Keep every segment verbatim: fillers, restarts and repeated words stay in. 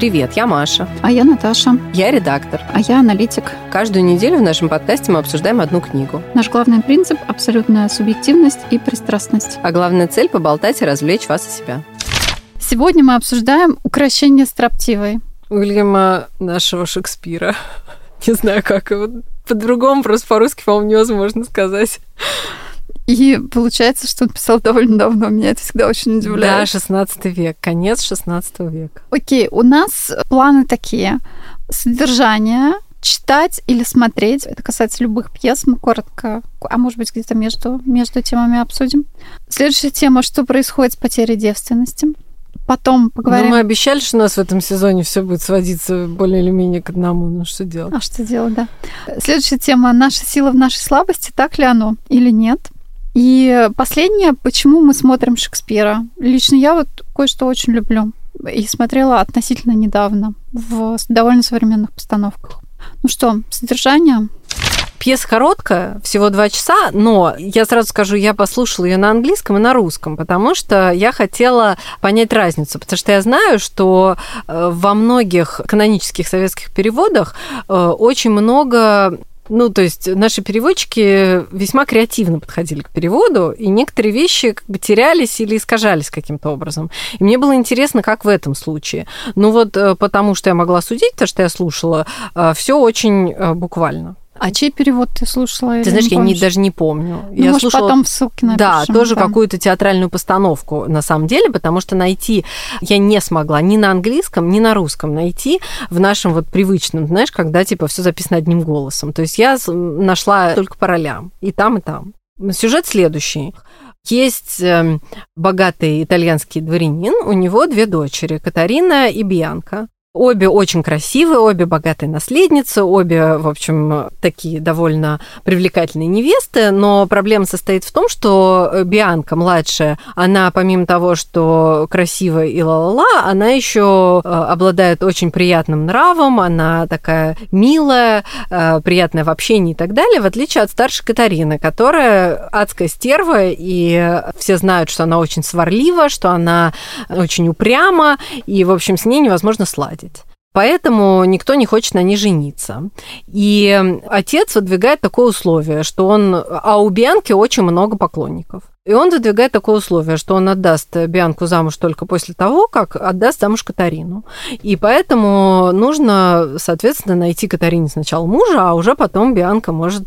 Привет, я Маша. А я Наташа. Я редактор. А я аналитик. Каждую неделю в нашем подкасте мы обсуждаем одну книгу. Наш главный принцип – абсолютная субъективность и пристрастность. А главная цель – поболтать и развлечь вас и себя. Сегодня мы обсуждаем «Укрощение строптивой». Уильяма нашего Шекспира. Не знаю, как его по-другому, просто по-русски, по-моему, невозможно сказать. И получается, что он писал довольно давно. Меня это всегда очень удивляет. Да, шестнадцатый век, конец шестнадцатого века. Окей, у нас планы такие. Содержание, читать или смотреть. Это касается любых пьес. Мы коротко, а может быть, где-то между, между темами обсудим. Следующая тема, что происходит с потерей девственности. Потом поговорим... Ну, мы обещали, что у нас в этом сезоне все будет сводиться более или менее к одному. Ну, что делать? А что делать, да. Следующая тема. Наша сила в нашей слабости. Так ли оно или нет? И последнее, почему мы смотрим Шекспира. Лично я вот кое-что очень люблю. И смотрела относительно недавно в довольно современных постановках. Ну что, содержание... Пьеса короткая, всего два часа, но я сразу скажу, я послушала ее на английском и на русском, потому что я хотела понять разницу, потому что я знаю, что во многих канонических советских переводах очень много... Ну, то есть наши переводчики весьма креативно подходили к переводу, и некоторые вещи как бы терялись или искажались каким-то образом. И мне было интересно, как в этом случае. Ну вот потому что я могла судить, то, что я слушала, все очень буквально. А чей перевод ты слушала? Ты знаешь, не я не, даже не помню. Ну, я может, слушала, потом в ссылке напишем. Да, тоже да. какую-то театральную постановку, на самом деле, потому что найти я не смогла ни на английском, ни на русском найти в нашем вот привычном, знаешь, когда типа все записано одним голосом. То есть я нашла только по ролям, и там, и там. Сюжет следующий. Есть богатый итальянский дворянин, у него две дочери, Катарина и Бьянка. Обе очень красивые, обе богатые наследницы, обе, в общем, такие довольно привлекательные невесты, но проблема состоит в том, что Бьянка, младшая, она помимо того, что красивая и ла-ла-ла, она еще обладает очень приятным нравом, она такая милая, приятная в общении и так далее, в отличие от старшей Катарины, которая адская стерва, и все знают, что она очень сварлива, что она очень упряма, и, в общем, с ней невозможно сладить. Поэтому никто не хочет на ней жениться. И отец выдвигает такое условие, что он... А у Бьянки очень много поклонников. И он выдвигает такое условие, что он отдаст Бьянку замуж только после того, как отдаст замуж Катарину. И поэтому нужно, соответственно, найти Катарине сначала мужа, а уже потом Бьянка может...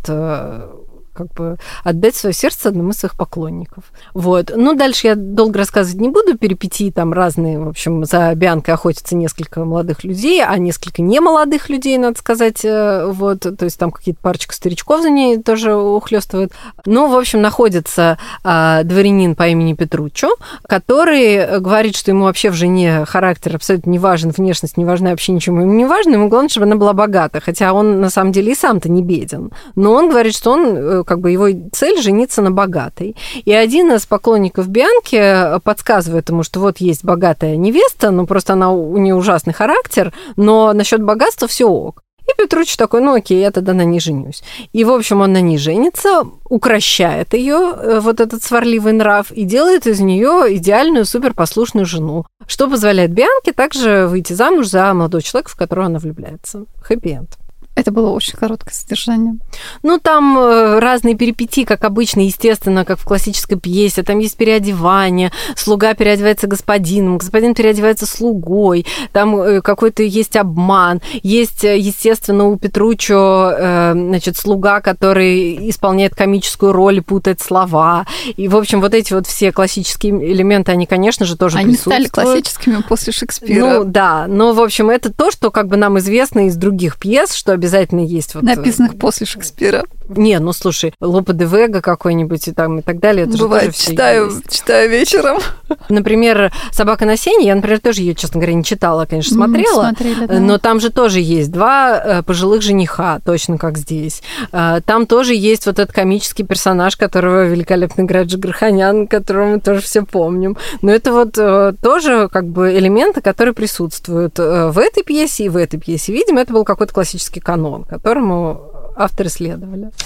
как бы отдать свое сердце одному из своих поклонников. Вот. Ну, дальше я долго рассказывать не буду, перипетии там разные, в общем, за Бьянкой охотятся несколько молодых людей, а несколько немолодых людей, надо сказать, вот, то есть там какие-то парочка старичков за ней тоже ухлёстывают. Ну, в общем, находится а, дворянин по имени Петруччо, который говорит, что ему вообще в жене характер абсолютно не важен, внешность не важна, вообще ничего ему не важно, ему главное, чтобы она была богата, хотя он, на самом деле, и сам-то не беден. Но он говорит, что он как бы его цель жениться на богатой. И один из поклонников Бьянки подсказывает ему, что вот есть богатая невеста, но просто она, у нее ужасный характер, но насчет богатства все ок. И Петруччо такой, ну окей, я тогда на ней женюсь. И, в общем, он на ней женится, укращает ее, вот этот сварливый нрав, и делает из нее идеальную суперпослушную жену, что позволяет Бьянке также выйти замуж за молодого человека, в которого она влюбляется. Хэппи-энд. Это было очень короткое содержание. Ну, там разные перипетии, как обычно, естественно, как в классической пьесе. Там есть переодевание, слуга переодевается господином, господин переодевается слугой, там какой-то есть обман. Есть, естественно, у Петруччо, значит, слуга, который исполняет комическую роль и путает слова. И, в общем, вот эти вот все классические элементы, они, конечно же, тоже они присутствуют. Они стали классическими после Шекспира. Ну, да. Но, в общем, это то, что как бы нам известно из других пьес, что обязательно есть вот... Написанных после Шекспира. Не, ну слушай, Лопе де Вега какой-нибудь и там и так далее. Это бывает, же читаю, читаю вечером. Например, «Собака на сене», я, например, тоже ее, честно говоря, не читала, конечно, смотрела, Смотрели, да. но там же тоже есть два пожилых жениха, точно как здесь. Там тоже есть вот этот комический персонаж, которого великолепно играет Джигарханян, которого мы тоже все помним. Но это вот тоже как бы элементы, которые присутствуют в этой пьесе и в этой пьесе. Видимо, это был какой-то классический канон, которому авторы следовали.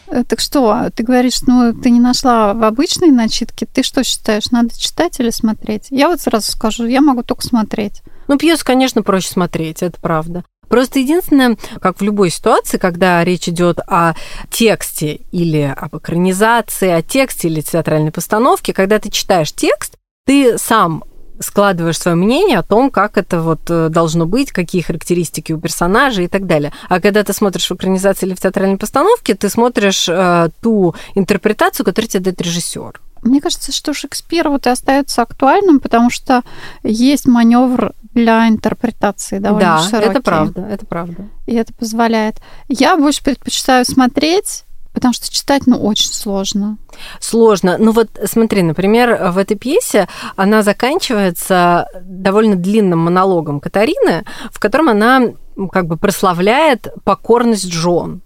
Так что, ты говоришь, ну, ты не нашла в обычной начитке, ты что считаешь, надо читать или смотреть? Я вот сразу скажу, я могу только смотреть. Ну, пьесу, конечно, проще смотреть, это правда. Просто единственное, как в любой ситуации, когда речь идет о тексте или об экранизации, о тексте или театральной постановке, когда ты читаешь текст, ты сам складываешь свое мнение о том, как это вот должно быть, какие характеристики у персонажей и так далее. А когда ты смотришь в экранизации или в театральной постановке, ты смотришь э, ту интерпретацию, которую тебе дает режиссер. Мне кажется, что Шекспир вот и остается актуальным, потому что есть маневр для интерпретации довольно да, широкий. Да, это правда, это правда. И это позволяет. Я больше предпочитаю смотреть, потому что читать, ну, очень сложно. Сложно. Ну вот смотри, например, в этой пьесе она заканчивается довольно длинным монологом Катарины, в котором она как бы прославляет покорность жен.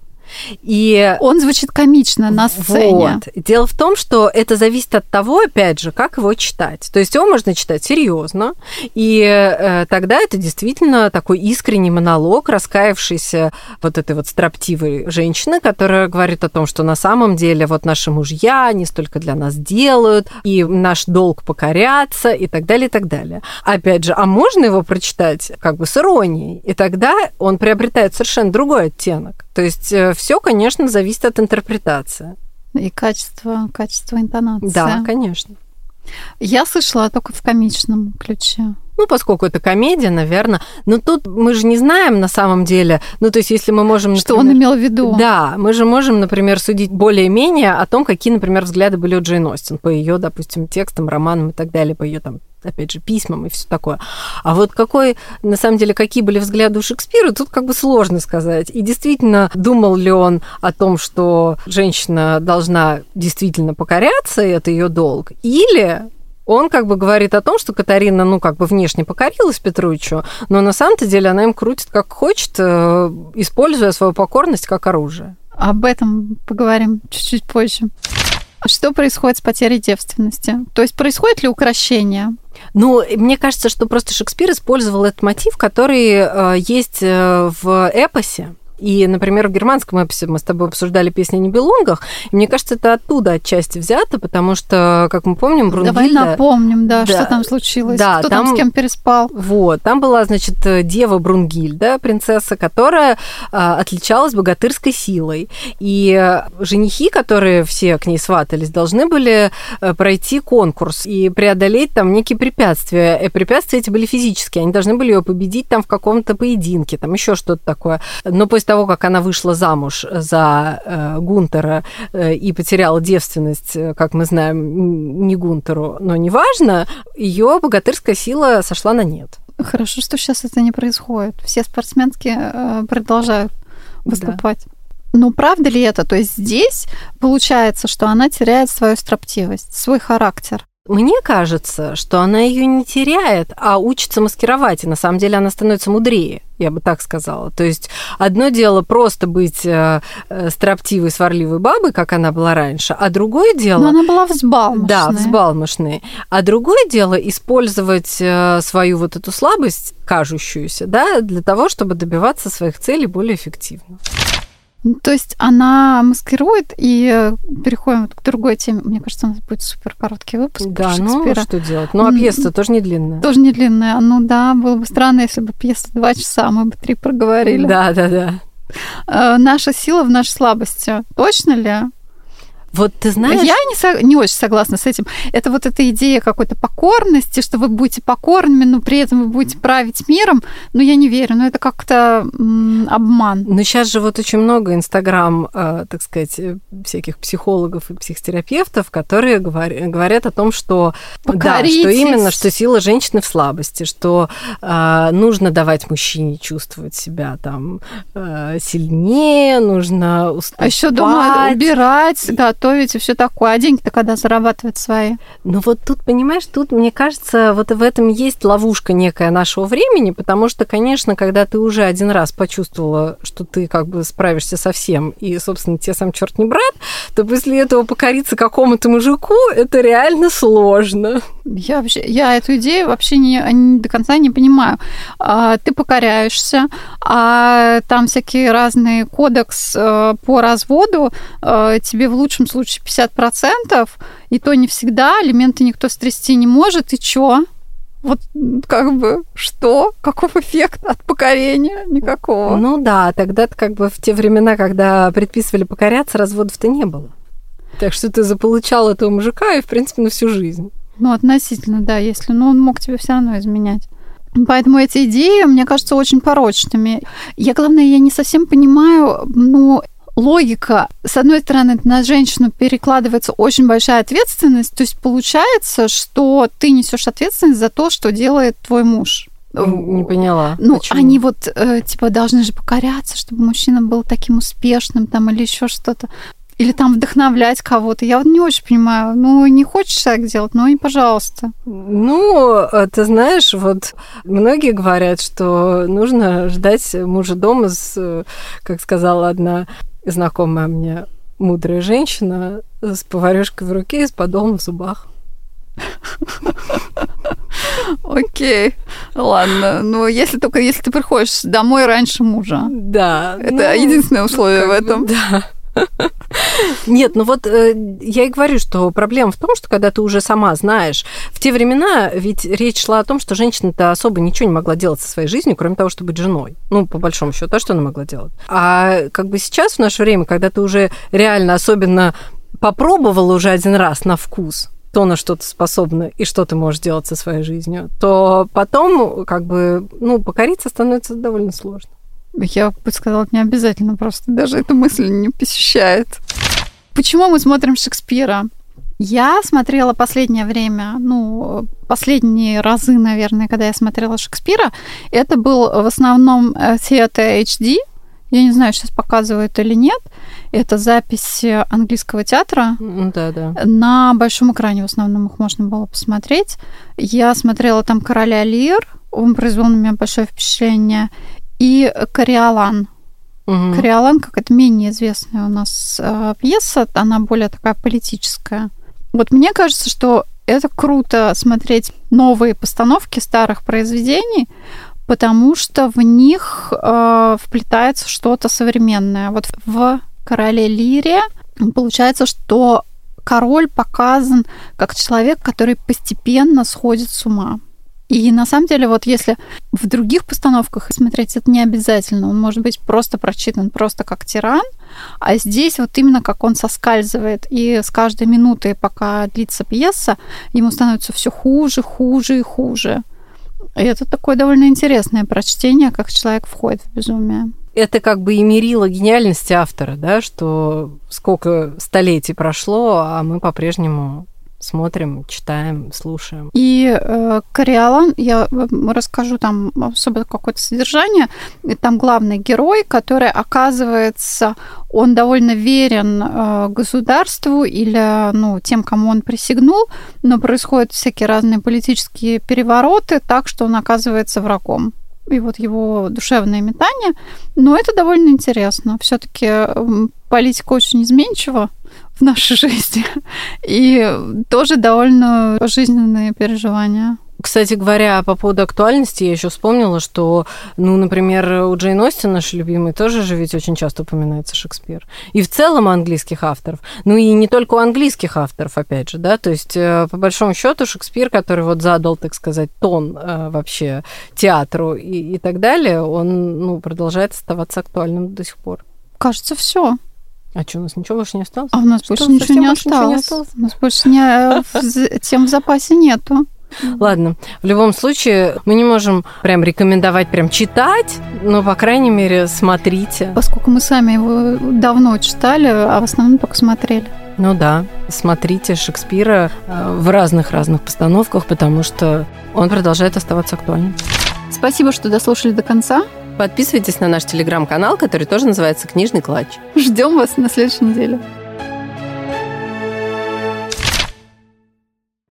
И он звучит комично на сцене. Вот. Дело в том, что это зависит от того, опять же, как его читать. То есть его можно читать серьезно, и э, тогда это действительно такой искренний монолог, раскаявшийся вот этой вот строптивой женщины, которая говорит о том, что на самом деле вот наши мужья не столько для нас делают, и наш долг покоряться, и так далее, и так далее. Опять же, а можно его прочитать как бы с иронией, и тогда он приобретает совершенно другой оттенок. То есть все, конечно, зависит от интерпретации. И качество, качество интонации. Да, конечно. Я слышала только в комичном ключе. Ну, поскольку это комедия, наверное. Но тут мы же не знаем на самом деле. Ну, то есть, если мы можем... Например, что он имел в виду. Да, мы же можем, например, судить более-менее о том, какие, например, взгляды были у Джейн Остин по ее, допустим, текстам, романам и так далее, по ее там, опять же, письмам и все такое. А вот какой, на самом деле, какие были взгляды у Шекспира, тут как бы сложно сказать. И действительно, думал ли он о том, что женщина должна действительно покоряться, и это ее долг, или... Он как бы говорит о том, что Катарина, ну, как бы внешне покорилась Петруччо, но на самом-то деле она им крутит как хочет, используя свою покорность как оружие. Об этом поговорим чуть-чуть позже. Что происходит с потерей девственности? То есть происходит ли укрощение? Ну, мне кажется, что просто Шекспир использовал этот мотив, который есть в эпосе. И, например, в германском эпосе мы с тобой обсуждали песни о Нибелунгах, и мне кажется, это оттуда отчасти взято, потому что, как мы помним, Брунгильда... Давай напомним, да, да, что там случилось, да, кто там, там с кем переспал. Вот, там была, значит, дева Брунгильда, принцесса, которая а, отличалась богатырской силой. И женихи, которые все к ней сватались, должны были пройти конкурс и преодолеть там некие препятствия. И препятствия эти были физические, они должны были ее победить там в каком-то поединке, там еще что-то такое. Но после того, как она вышла замуж за э, Гунтера э, и потеряла девственность, как мы знаем, не Гунтеру, но неважно, ее богатырская сила сошла на нет. Хорошо, что сейчас это не происходит. Все спортсменки э, продолжают выступать. Да. Но правда ли это? То есть здесь получается, что она теряет свою строптивость, свой характер. Мне кажется, что она ее не теряет, а учится маскировать, и на самом деле она становится мудрее, я бы так сказала. То есть одно дело просто быть строптивой, сварливой бабой, как она была раньше, а другое дело... Но она была взбалмошной. Да, взбалмошной. А другое дело использовать свою вот эту слабость, кажущуюся, да, для того, чтобы добиваться своих целей более эффективно. То есть она маскирует, и переходим к другой теме. Мне кажется, у нас будет супер короткий выпуск. Да, ну что делать? Ну, а пьеса тоже не длинная. Тоже не длинная. Ну да, было бы странно, если бы пьеса два часа, мы бы три проговорили. Да, да, да. Наша сила в нашей слабости. Точно ли? Вот ты знаешь... Я не, со... не очень согласна с этим. Это вот эта идея какой-то покорности, что вы будете покорными, но при этом вы будете править миром. Но я не верю. Но это как-то м- обман. Но сейчас же вот очень много инстаграм, э, так сказать, всяких психологов и психотерапевтов, которые говор- говорят о том, что... Да, что именно, что сила женщины в слабости, что э, нужно давать мужчине чувствовать себя там э, сильнее, нужно уступать. А еще думаю, убирать, да, готовить и все такое. А деньги-то когда зарабатывать свои? Ну вот тут, понимаешь, тут, мне кажется, вот в этом есть ловушка некая нашего времени, потому что, конечно, когда ты уже один раз почувствовала, что ты как бы справишься со всем, и, собственно, тебе сам черт не брат, то после этого покориться какому-то мужику – это реально сложно. Я вообще, я эту идею вообще не, не до конца не понимаю. А, ты покоряешься, а там всякие разные кодекс а, по разводу, а, тебе в лучшем случае пятьдесят процентов, и то не всегда, алименты никто стрясти не может, и чё? Вот как бы что? Каков эффект от покорения? Никакого. Ну да, тогда-то как бы в те времена, когда предписывали покоряться, разводов-то не было. Так что ты заполучал этого мужика и, в принципе, на всю жизнь. Ну, относительно, да, если... Но он мог тебе все равно изменять. Поэтому эти идеи, мне кажется, очень порочными. Я, главное, я не совсем понимаю, ну, логика. С одной стороны, на женщину перекладывается очень большая ответственность, то есть получается, что ты несешь ответственность за то, что делает твой муж. Не поняла. Ну, почему? Они вот, э, типа, должны же покоряться, чтобы мужчина был таким успешным там или еще что-то. Или там вдохновлять кого-то. Я вот не очень понимаю. Ну, не хочешь так делать, ну и пожалуйста. Ну, ты знаешь, вот многие говорят, что нужно ждать мужа дома с, как сказала одна знакомая мне мудрая женщина, с поварёшкой в руке и с подолом в зубах. Окей, ладно. Ну, если только если ты приходишь домой раньше мужа. Да. Это ну, единственное условие в этом. Бы, да. Нет, ну вот э, я и говорю, что проблема в том, что когда ты уже сама знаешь, в те времена ведь речь шла о том, что женщина-то особо ничего не могла делать со своей жизнью, кроме того, чтобы быть женой. Ну, по большому счету, то, что она могла делать. А как бы сейчас, в наше время, когда ты уже реально особенно попробовала уже один раз на вкус, то, на что ты способна и что ты можешь делать со своей жизнью, то потом как бы, ну, покориться становится довольно сложно. Я бы сказала, не обязательно, просто даже эта мысль не посещает. Почему мы смотрим Шекспира? Я смотрела последнее время, ну, последние разы, наверное, когда я смотрела Шекспира, это был в основном Theatre эйч ди. Я не знаю, сейчас показывают или нет. Это запись английского театра. Да, да. На большом экране в основном их можно было посмотреть. Я смотрела там «Короля Лир». Он произвел на меня большое впечатление. И «Кориолан». Угу. «Кориолан» какая-то менее известная у нас э, пьеса, она более такая политическая. Вот мне кажется, что это круто смотреть новые постановки старых произведений, потому что в них э, вплетается что-то современное. Вот в «Короле Лире» получается, что король показан как человек, который постепенно сходит с ума. И на самом деле, вот если в других постановках смотреть, это не обязательно. Он может быть просто прочитан просто как тиран, а здесь вот именно как он соскальзывает. И с каждой минутой, пока длится пьеса, ему становится все хуже, хуже и хуже. И это такое довольно интересное прочтение, как человек входит в безумие. Это как бы и мерило гениальности автора, да, что сколько столетий прошло, а мы по-прежнему смотрим, читаем, слушаем. И э, «Кориолан», я расскажу там особо какое-то содержание. И там главный герой, который, оказывается, он довольно верен э, государству или ну, тем, кому он присягнул, но происходят всякие разные политические перевороты, так что он оказывается врагом. И вот его душевное метание. Но это довольно интересно. Все-таки политика очень изменчива в нашей жизни. И тоже довольно жизненные переживания. Кстати говоря, по поводу актуальности, я еще вспомнила, что, ну, например, у Джейн Остин, нашей любимой, тоже же ведь очень часто упоминается Шекспир. И в целом английских авторов. Ну, и не только у английских авторов, опять же, да, то есть, по большому счету Шекспир, который вот задал, так сказать, тон вообще театру и, и так далее, он, ну, продолжает оставаться актуальным до сих пор. Кажется, все. А что, у нас ничего больше не осталось? А у нас что, больше ничего не, осталось. ничего не осталось? У нас больше не... тем в запасе нету. Ладно, в любом случае, мы не можем прям рекомендовать прям читать, но, по крайней мере, смотрите. Поскольку мы сами его давно читали, а в основном только смотрели. Ну да, смотрите Шекспира в разных-разных постановках, потому что он продолжает оставаться актуальным. Спасибо, что дослушали до конца. Подписывайтесь на наш телеграм-канал, который тоже называется «Книжный клатч». Ждем вас на следующей неделе.